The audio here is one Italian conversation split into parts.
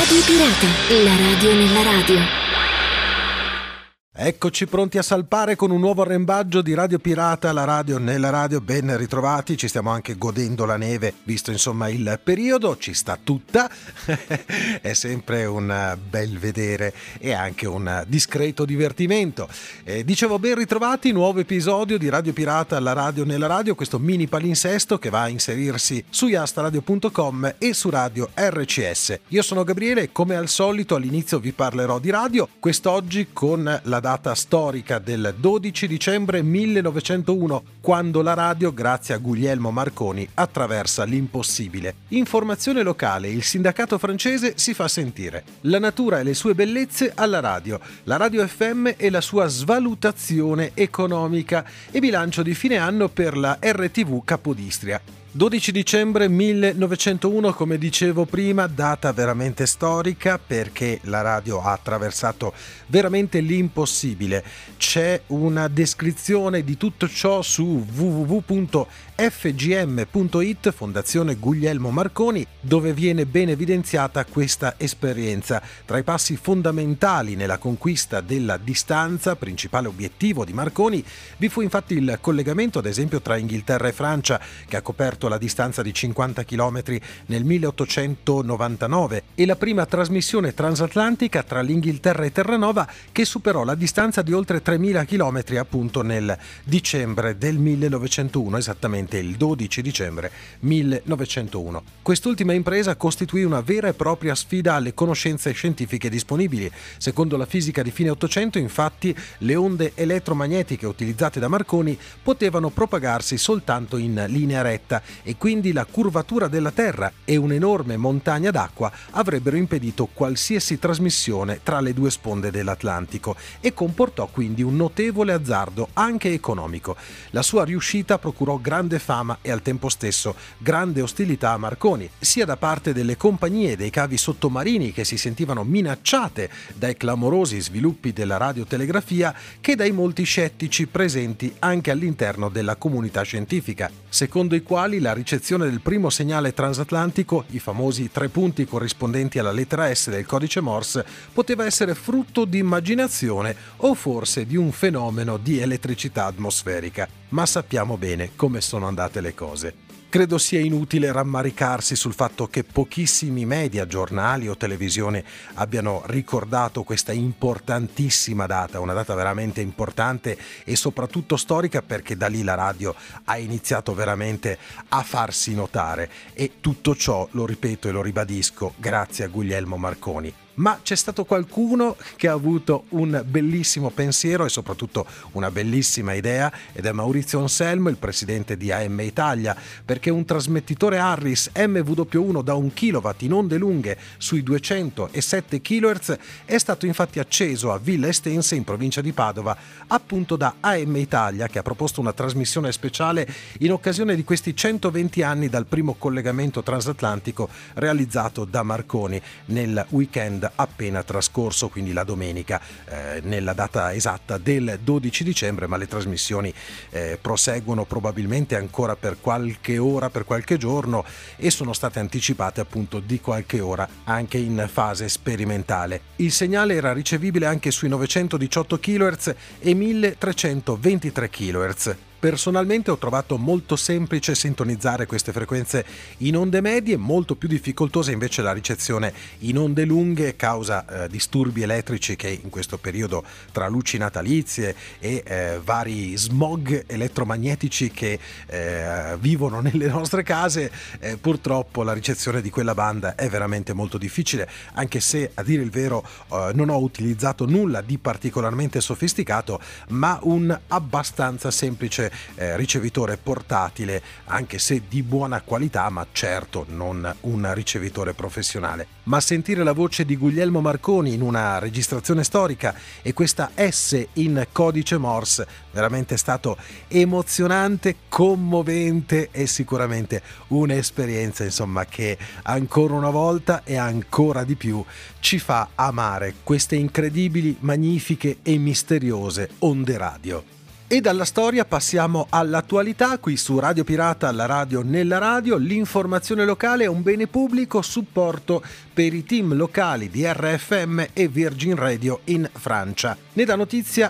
Radio Pirata, la radio nella radio. Eccoci pronti a salpare con un nuovo arrembaggio di Radio Pirata, la radio nella radio. Ben ritrovati, ci stiamo anche godendo la neve, visto insomma il periodo, ci sta tutta. È sempre un bel vedere e anche un discreto divertimento. Dicevo, ben ritrovati, nuovo episodio di Radio Pirata, la radio nella radio, questo mini palinsesto che va a inserirsi su yastaradio.com e su Radio RCS. Io sono Gabriele e come al solito all'inizio vi parlerò di radio, quest'oggi con la data storica del 12 dicembre 1901, quando la radio, grazie a Guglielmo Marconi, attraversa l'impossibile. Informazione locale, il sindacato francese si fa sentire. La natura e le sue bellezze alla radio, la radio FM e la sua svalutazione economica e bilancio di fine anno per la RTV Capodistria. 12 dicembre 1901, come dicevo prima, data veramente storica perché la radio ha attraversato veramente l'impossibile. C'è una descrizione di tutto ciò su www.fgm.it, Fondazione Guglielmo Marconi, dove viene ben evidenziata questa esperienza. Tra i passi fondamentali nella conquista della distanza, principale obiettivo di Marconi, vi fu infatti il collegamento ad esempio tra Inghilterra e Francia, che ha coperto la distanza di 50 km nel 1899, e la prima trasmissione transatlantica tra l'Inghilterra e Terranova che superò la distanza di oltre 3000 km appunto nel dicembre del 1901, esattamente il 12 dicembre 1901. Quest'ultima impresa costituì una vera e propria sfida alle conoscenze scientifiche disponibili. Secondo la fisica di fine Ottocento, infatti, le onde elettromagnetiche utilizzate da Marconi potevano propagarsi soltanto in linea retta e quindi la curvatura della Terra e un'enorme montagna d'acqua avrebbero impedito qualsiasi trasmissione tra le due sponde dell'Atlantico e comportò quindi un notevole azzardo anche economico. La sua riuscita procurò grande fama e al tempo stesso grande ostilità a Marconi, sia da parte delle compagnie dei cavi sottomarini che si sentivano minacciate dai clamorosi sviluppi della radiotelegrafia che dai molti scettici presenti anche all'interno della comunità scientifica, secondo i quali la ricezione del primo segnale transatlantico, i famosi 3 punti corrispondenti alla lettera S del codice Morse, poteva essere frutto di immaginazione o forse di un fenomeno di elettricità atmosferica. Ma sappiamo bene come sono andate le cose. Credo sia inutile rammaricarsi sul fatto che pochissimi media, giornali o televisione abbiano ricordato questa importantissima data, una data veramente importante e soprattutto storica, perché da lì la radio ha iniziato veramente a farsi notare, e tutto ciò, lo ripeto e lo ribadisco, grazie a Guglielmo Marconi. Ma c'è stato qualcuno che ha avuto un bellissimo pensiero e soprattutto una bellissima idea, ed è Maurizio Anselmo, il presidente di AM Italia, perché un trasmettitore Harris MW1 da 1 kW in onde lunghe sui 207 kHz è stato infatti acceso a Villa Estense in provincia di Padova, appunto da AM Italia, che ha proposto una trasmissione speciale in occasione di questi 120 anni dal primo collegamento transatlantico realizzato da Marconi nel weekend appena trascorso, quindi la domenica, nella data esatta del 12 dicembre, ma le trasmissioni proseguono probabilmente ancora per qualche ora, per qualche giorno, e sono state anticipate appunto di qualche ora anche in fase sperimentale. Il segnale era ricevibile anche sui 918 kHz e 1323 kHz. Personalmente ho trovato molto semplice sintonizzare queste frequenze in onde medie, molto più difficoltosa invece la ricezione in onde lunghe causa disturbi elettrici che in questo periodo, tra luci natalizie e vari smog elettromagnetici che vivono nelle nostre case, purtroppo la ricezione di quella banda è veramente molto difficile, anche se a dire il vero non ho utilizzato nulla di particolarmente sofisticato, ma un abbastanza semplice ricevitore portatile, anche se di buona qualità, ma certo non un ricevitore professionale. Ma sentire la voce di Guglielmo Marconi in una registrazione storica e questa S in codice Morse veramente è stato emozionante, commovente e sicuramente un'esperienza, insomma, che ancora una volta e ancora di più ci fa amare queste incredibili, magnifiche e misteriose onde radio. E dalla storia passiamo all'attualità, qui su Radio Pirata, la radio nella radio. L'informazione locale è un bene pubblico, supporto per i team locali di RFM e Virgin Radio in Francia. Ne dà notizia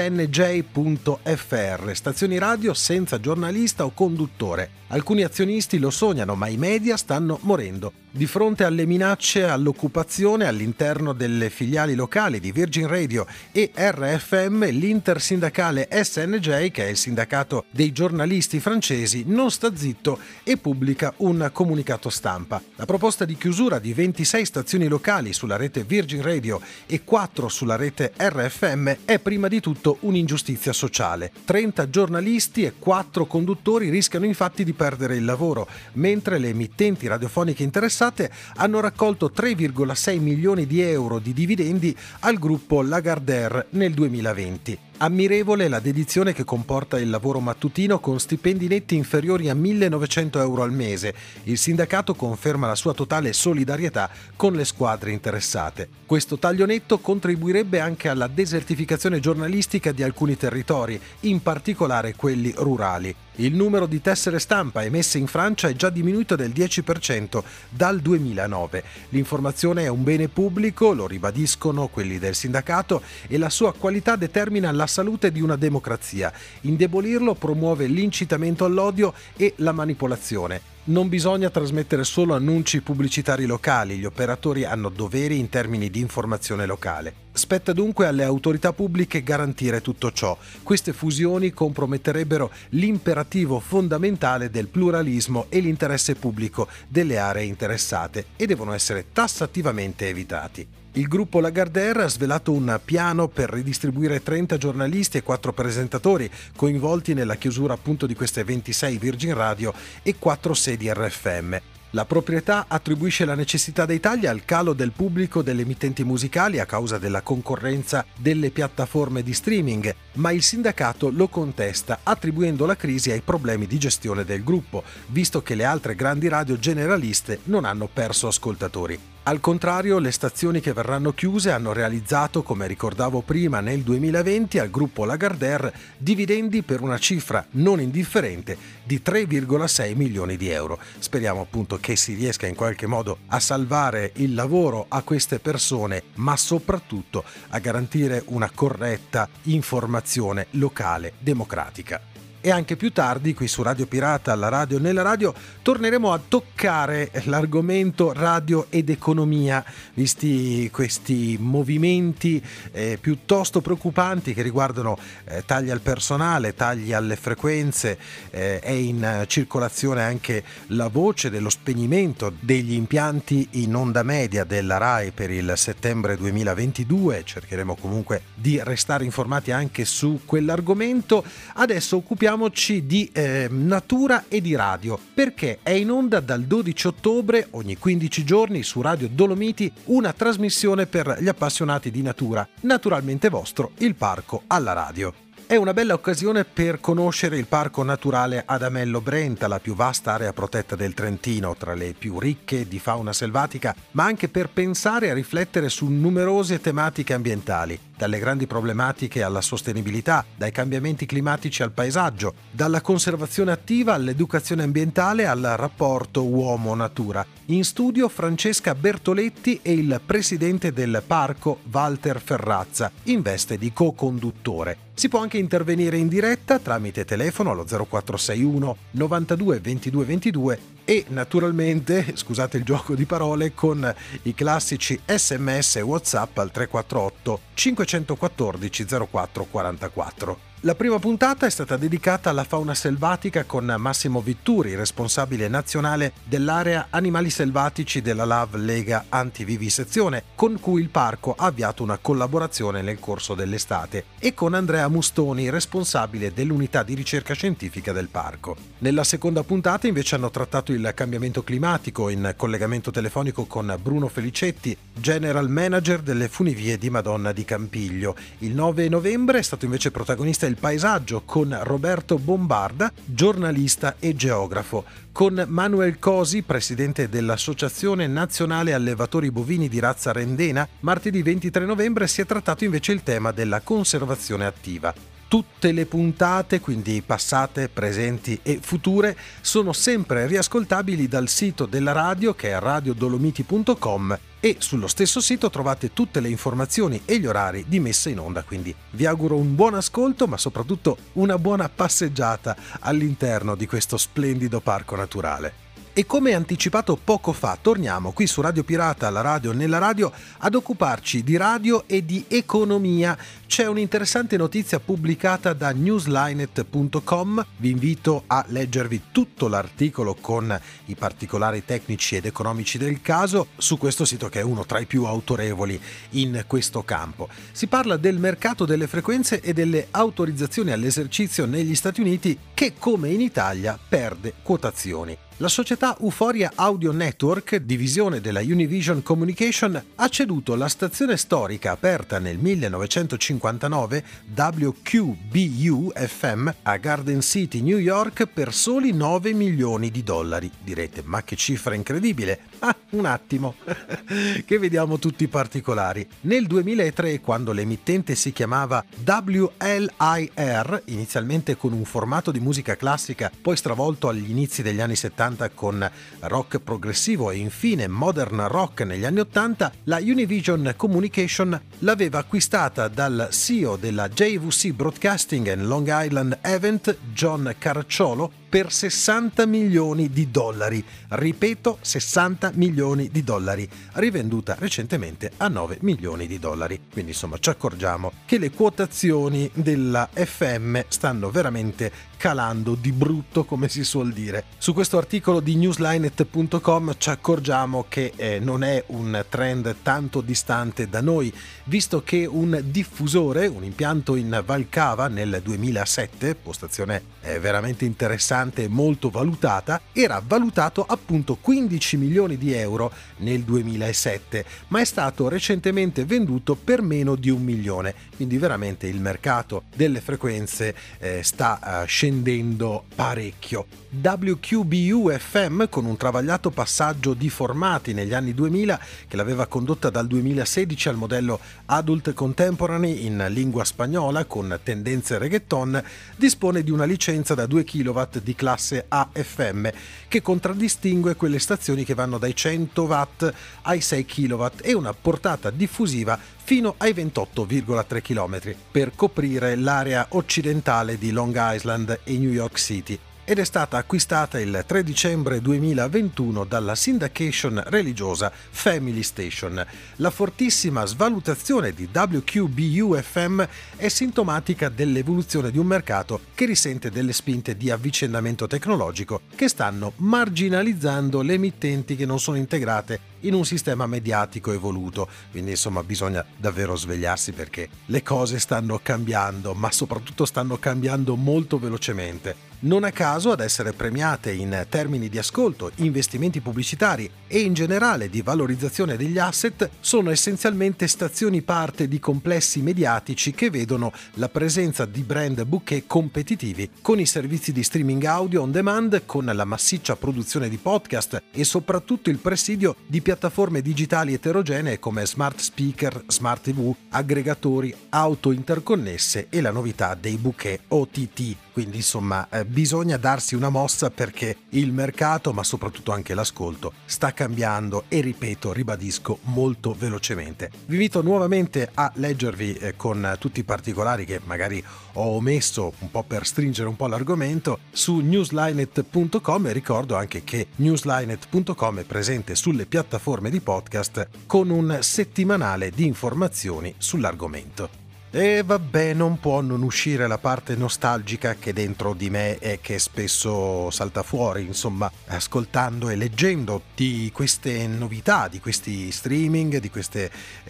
snj.fr, stazioni radio senza giornalista o conduttore. Alcuni azionisti lo sognano, ma i media stanno morendo. Di fronte alle minacce all'occupazione all'interno delle filiali locali di Virgin Radio e RFM, l'intersindacale SNJ, che è il sindacato dei giornalisti francesi, non sta zitto e pubblica un comunicato stampa. La proposta di chiusura di 26 stazioni locali sulla rete Virgin Radio e 4 sulla rete RFM è prima di tutto un'ingiustizia sociale. 30 giornalisti e 4 conduttori rischiano infatti di perdere il lavoro, mentre le emittenti radiofoniche interessate hanno raccolto 3,6 milioni di euro di dividendi al gruppo Lagardère nel 2020. Ammirevole la dedizione che comporta il lavoro mattutino con stipendi netti inferiori a 1.900 euro al mese. Il sindacato conferma la sua totale solidarietà con le squadre interessate. Questo taglio netto contribuirebbe anche alla desertificazione giornalistica di alcuni territori, in particolare quelli rurali. Il numero di tessere stampa emesse in Francia è già diminuito del 10% dal 2009. L'informazione è un bene pubblico, lo ribadiscono quelli del sindacato, e la sua qualità determina la salute di una democrazia. Indebolirlo promuove l'incitamento all'odio e la manipolazione. Non bisogna trasmettere solo annunci pubblicitari locali, gli operatori hanno doveri in termini di informazione locale. Spetta dunque alle autorità pubbliche garantire tutto ciò. Queste fusioni comprometterebbero l'imperativo fondamentale del pluralismo e l'interesse pubblico delle aree interessate e devono essere tassativamente evitati. Il gruppo Lagardère ha svelato un piano per ridistribuire 30 giornalisti e 4 presentatori coinvolti nella chiusura appunto di queste 26 Virgin Radio e 4 sedi RFM. La proprietà attribuisce la necessità dei tagli al calo del pubblico delle emittenti musicali a causa della concorrenza delle piattaforme di streaming, ma il sindacato lo contesta, attribuendo la crisi ai problemi di gestione del gruppo, visto che le altre grandi radio generaliste non hanno perso ascoltatori. Al contrario, le stazioni che verranno chiuse hanno realizzato, come ricordavo prima, nel 2020 al gruppo Lagardère dividendi per una cifra non indifferente di 3,6 milioni di euro. Speriamo appunto che si riesca in qualche modo a salvare il lavoro a queste persone, ma soprattutto a garantire una corretta informazione locale democratica. E anche più tardi, qui su Radio Pirata, la radio nella radio, torneremo a toccare l'argomento radio ed economia, visti questi movimenti piuttosto preoccupanti che riguardano tagli al personale, tagli alle frequenze. È in circolazione anche la voce dello spegnimento degli impianti in onda media della RAI per il settembre 2022. Cercheremo comunque di restare informati anche su quell'argomento. Adesso occupiamoci di natura e di radio, perché è in onda dal 12 ottobre ogni 15 giorni su Radio Dolomiti una trasmissione per gli appassionati di natura, naturalmente vostro, il Parco alla radio. È una bella occasione per conoscere il Parco Naturale Adamello Brenta, la più vasta area protetta del Trentino, tra le più ricche di fauna selvatica, ma anche per pensare e riflettere su numerose tematiche ambientali, dalle grandi problematiche alla sostenibilità, dai cambiamenti climatici al paesaggio, dalla conservazione attiva all'educazione ambientale al rapporto uomo-natura. In studio Francesca Bertoletti e il presidente del parco Walter Ferrazza, in veste di co-conduttore. Si può anche intervenire in diretta tramite telefono allo 0461 92 22 22 e naturalmente, scusate il gioco di parole, con i classici SMS e WhatsApp al 348 514 04 44. La prima puntata è stata dedicata alla fauna selvatica con Massimo Vitturi, responsabile nazionale dell'area animali selvatici della LAV Lega Antivivisezione, con cui il parco ha avviato una collaborazione nel corso dell'estate, e con Andrea Mustoni, responsabile dell'unità di ricerca scientifica del parco. Nella seconda puntata invece hanno trattato il cambiamento climatico in collegamento telefonico con Bruno Felicetti, general manager delle funivie di Madonna di Campiglio. Il 9 novembre è stato invece protagonista il paesaggio con Roberto Bombarda, giornalista e geografo. Con Manuel Cosi, presidente dell'Associazione Nazionale Allevatori Bovini di Razza Rendena, martedì 23 novembre si è trattato invece il tema della conservazione attiva. Tutte le puntate, quindi passate, presenti e future, sono sempre riascoltabili dal sito della radio, che è radiodolomiti.com, e sullo stesso sito trovate tutte le informazioni e gli orari di messa in onda, quindi vi auguro un buon ascolto, ma soprattutto una buona passeggiata all'interno di questo splendido parco naturale. E come anticipato poco fa, torniamo qui su Radio Pirata, la radio nella radio, ad occuparci di radio e di economia. C'è un'interessante notizia pubblicata da newslinet.com, vi invito a leggervi tutto l'articolo con i particolari tecnici ed economici del caso su questo sito, che è uno tra i più autorevoli in questo campo. Si parla del mercato delle frequenze e delle autorizzazioni all'esercizio negli Stati Uniti, che come in Italia perde quotazioni. La società Euphoria Audio Network, divisione della Univision Communication, ha ceduto la stazione storica aperta nel 1959, WQBU FM, a Garden City, New York, per soli $9 milioni. Direte, ma che cifra incredibile! Un attimo, che vediamo tutti i particolari. Nel 2003, quando l'emittente si chiamava WLIR, inizialmente con un formato di musica classica, poi stravolto agli inizi degli anni 70 con rock progressivo e infine modern rock negli anni 80, la Univision Communication l'aveva acquistata dal CEO della JVC Broadcasting and Long Island Event, John Caracciolo, per $60 milioni. Ripeto, $60 milioni, rivenduta recentemente a $9 milioni. Quindi insomma ci accorgiamo che le quotazioni della FM stanno veramente calando di brutto, come si suol dire. Su questo articolo di newslinet.com ci accorgiamo che non è un trend tanto distante da noi, visto che un diffusore, un impianto in Valcava nel 2007, postazione veramente interessante e molto valutata, era valutato appunto €15 milioni nel 2007, ma è stato recentemente venduto per meno di $1 milione, quindi veramente il mercato delle frequenze sta scendendo parecchio. WQBU FM, con un travagliato passaggio di formati negli anni 2000 che l'aveva condotta dal 2016 al modello Adult Contemporary in lingua spagnola con tendenze reggaeton, dispone di una licenza da 2 kW di classe AFM che contraddistingue quelle stazioni che vanno dai 100 watt ai 6 kW e una portata diffusiva fino ai 28,3 km per coprire l'area occidentale di Long Island e New York City, ed è stata acquistata il 3 dicembre 2021 dalla syndication religiosa Family Station. La fortissima svalutazione di WQBU FM è sintomatica dell'evoluzione di un mercato che risente delle spinte di avvicendamento tecnologico che stanno marginalizzando le emittenti che non sono integrate in un sistema mediatico evoluto. Quindi insomma bisogna davvero svegliarsi, perché le cose stanno cambiando, ma soprattutto stanno cambiando molto velocemente. Non a caso ad essere premiate in termini di ascolto, investimenti pubblicitari e in generale di valorizzazione degli asset sono essenzialmente stazioni parte di complessi mediatici che vedono la presenza di brand bouquet competitivi con i servizi di streaming audio on demand, con la massiccia produzione di podcast e soprattutto il presidio di piattaforme digitali eterogenee come smart speaker, smart TV, aggregatori, auto interconnesse e la novità dei bouquet OTT. Quindi insomma bisogna darsi una mossa, perché il mercato, ma soprattutto anche l'ascolto, sta cambiando e, ripeto, ribadisco, molto velocemente. Vi invito nuovamente a leggervi con tutti i particolari che magari ho omesso un po' per stringere un po' l'argomento su newslinet.com, e ricordo anche che newslinet.com è presente sulle piattaforme di podcast con un settimanale di informazioni sull'argomento. E vabbè, non può non uscire la parte nostalgica che dentro di me è, che spesso salta fuori, insomma, ascoltando e leggendo di queste novità, di questi streaming, di queste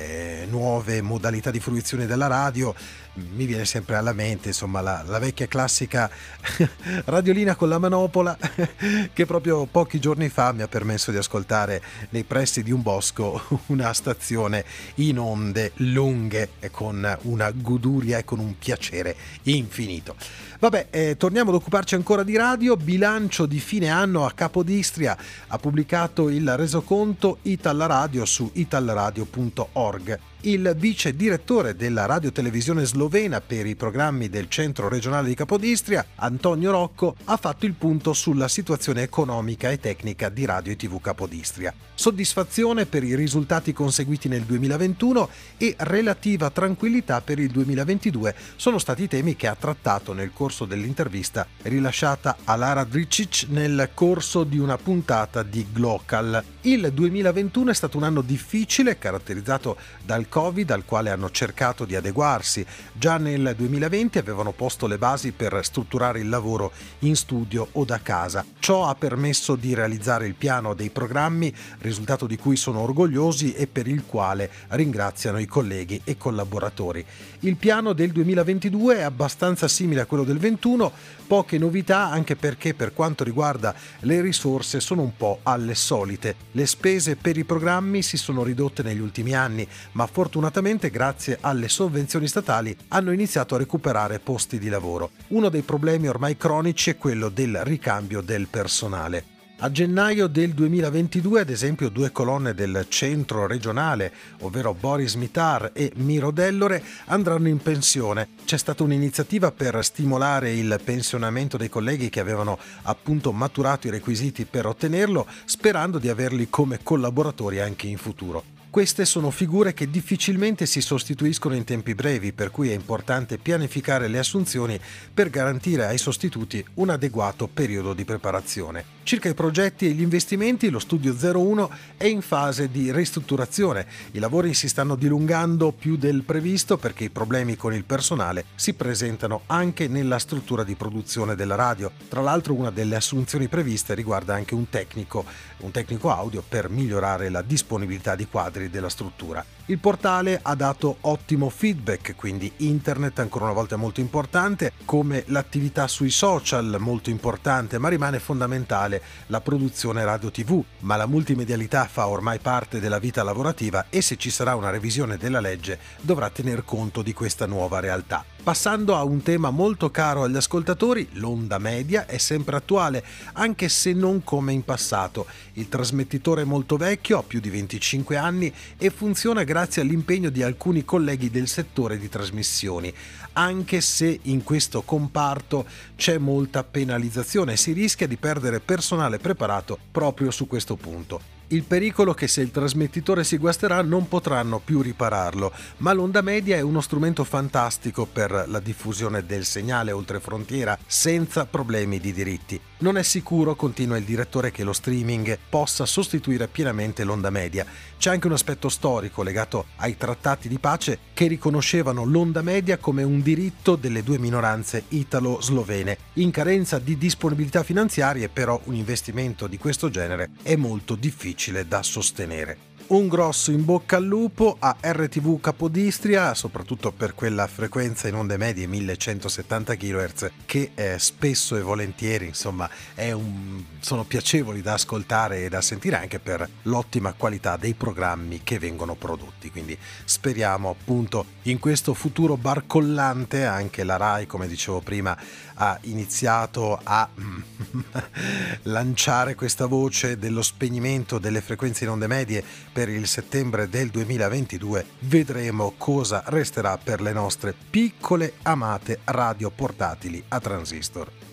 nuove modalità di fruizione della radio. Mi viene sempre alla mente, insomma, la vecchia classica radiolina con la manopola che proprio pochi giorni fa mi ha permesso di ascoltare nei pressi di un bosco una stazione in onde lunghe e con una goduria e con un piacere infinito. Vabbè, torniamo ad occuparci ancora di radio. Bilancio di fine anno a Capodistria. Ha pubblicato il resoconto Italradio su italradio.org. Il vice direttore della radiotelevisione slovena per i programmi del Centro Regionale di Capodistria, Antonio Rocco, ha fatto il punto sulla situazione economica e tecnica di Radio e TV Capodistria. Soddisfazione per i risultati conseguiti nel 2021 e relativa tranquillità per il 2022 sono stati i temi che ha trattato nel corso dell'intervista rilasciata a Lara Dricic nel corso di una puntata di Glocal. Il 2021 è stato un anno difficile, caratterizzato dal Covid, al quale hanno cercato di adeguarsi. Già nel 2020 avevano posto le basi per strutturare il lavoro in studio o da casa. Ciò ha permesso di realizzare il piano dei programmi, risultato di cui sono orgogliosi e per il quale ringraziano i colleghi e collaboratori. Il piano del 2022 è abbastanza simile a quello del 21, poche novità anche perché per quanto riguarda le risorse sono un po' alle solite. Le spese per i programmi si sono ridotte negli ultimi anni, ma fortunatamente grazie alle sovvenzioni statali hanno iniziato a recuperare posti di lavoro. Uno dei problemi ormai cronici è quello del ricambio del personale. A gennaio del 2022, ad esempio, 2 colonne del centro regionale, ovvero Boris Mitar e Miro Dellore, andranno in pensione. C'è stata un'iniziativa per stimolare il pensionamento dei colleghi che avevano appunto maturato i requisiti per ottenerlo, sperando di averli come collaboratori anche in futuro. Queste sono figure che difficilmente si sostituiscono in tempi brevi, per cui è importante pianificare le assunzioni per garantire ai sostituti un adeguato periodo di preparazione. Circa i progetti e gli investimenti, lo studio 01 è in fase di ristrutturazione. I lavori si stanno dilungando più del previsto perché i problemi con il personale si presentano anche nella struttura di produzione della radio. Tra l'altro una delle assunzioni previste riguarda anche un tecnico audio per migliorare la disponibilità di quadri della struttura. Il portale ha dato ottimo feedback, quindi internet ancora una volta è molto importante, come l'attività sui social molto importante, ma rimane fondamentale la produzione radio TV, ma la multimedialità fa ormai parte della vita lavorativa e se ci sarà una revisione della legge dovrà tener conto di questa nuova realtà. Passando a un tema molto caro agli ascoltatori, l'onda media è sempre attuale, anche se non come in passato. Il trasmettitore è molto vecchio, ha più di 25 anni e funziona grazie all'impegno di alcuni colleghi del settore di trasmissioni, anche se in questo comparto c'è molta penalizzazione e si rischia di perdere personale preparato proprio su questo punto. Il pericolo è che se il trasmettitore si guasterà non potranno più ripararlo, ma l'onda media è uno strumento fantastico per la diffusione del segnale oltre frontiera senza problemi di diritti. Non è sicuro, continua il direttore, che lo streaming possa sostituire pienamente l'onda media. C'è anche un aspetto storico legato ai trattati di pace che riconoscevano l'onda media come un diritto delle 2 minoranze italo-slovene. In carenza di disponibilità finanziarie, però, un investimento di questo genere è molto difficile da sostenere. Un grosso in bocca al lupo a RTV Capodistria, soprattutto per quella frequenza in onde medie 1170 kHz che spesso e volentieri insomma sono piacevoli da ascoltare e da sentire anche per l'ottima qualità dei programmi che vengono prodotti. Quindi speriamo appunto in questo futuro barcollante. Anche la Rai, come dicevo prima, ha iniziato a lanciare questa voce dello spegnimento delle frequenze in onde medie per il settembre del 2022. Vedremo cosa resterà per le nostre piccole amate radio portatili a transistor.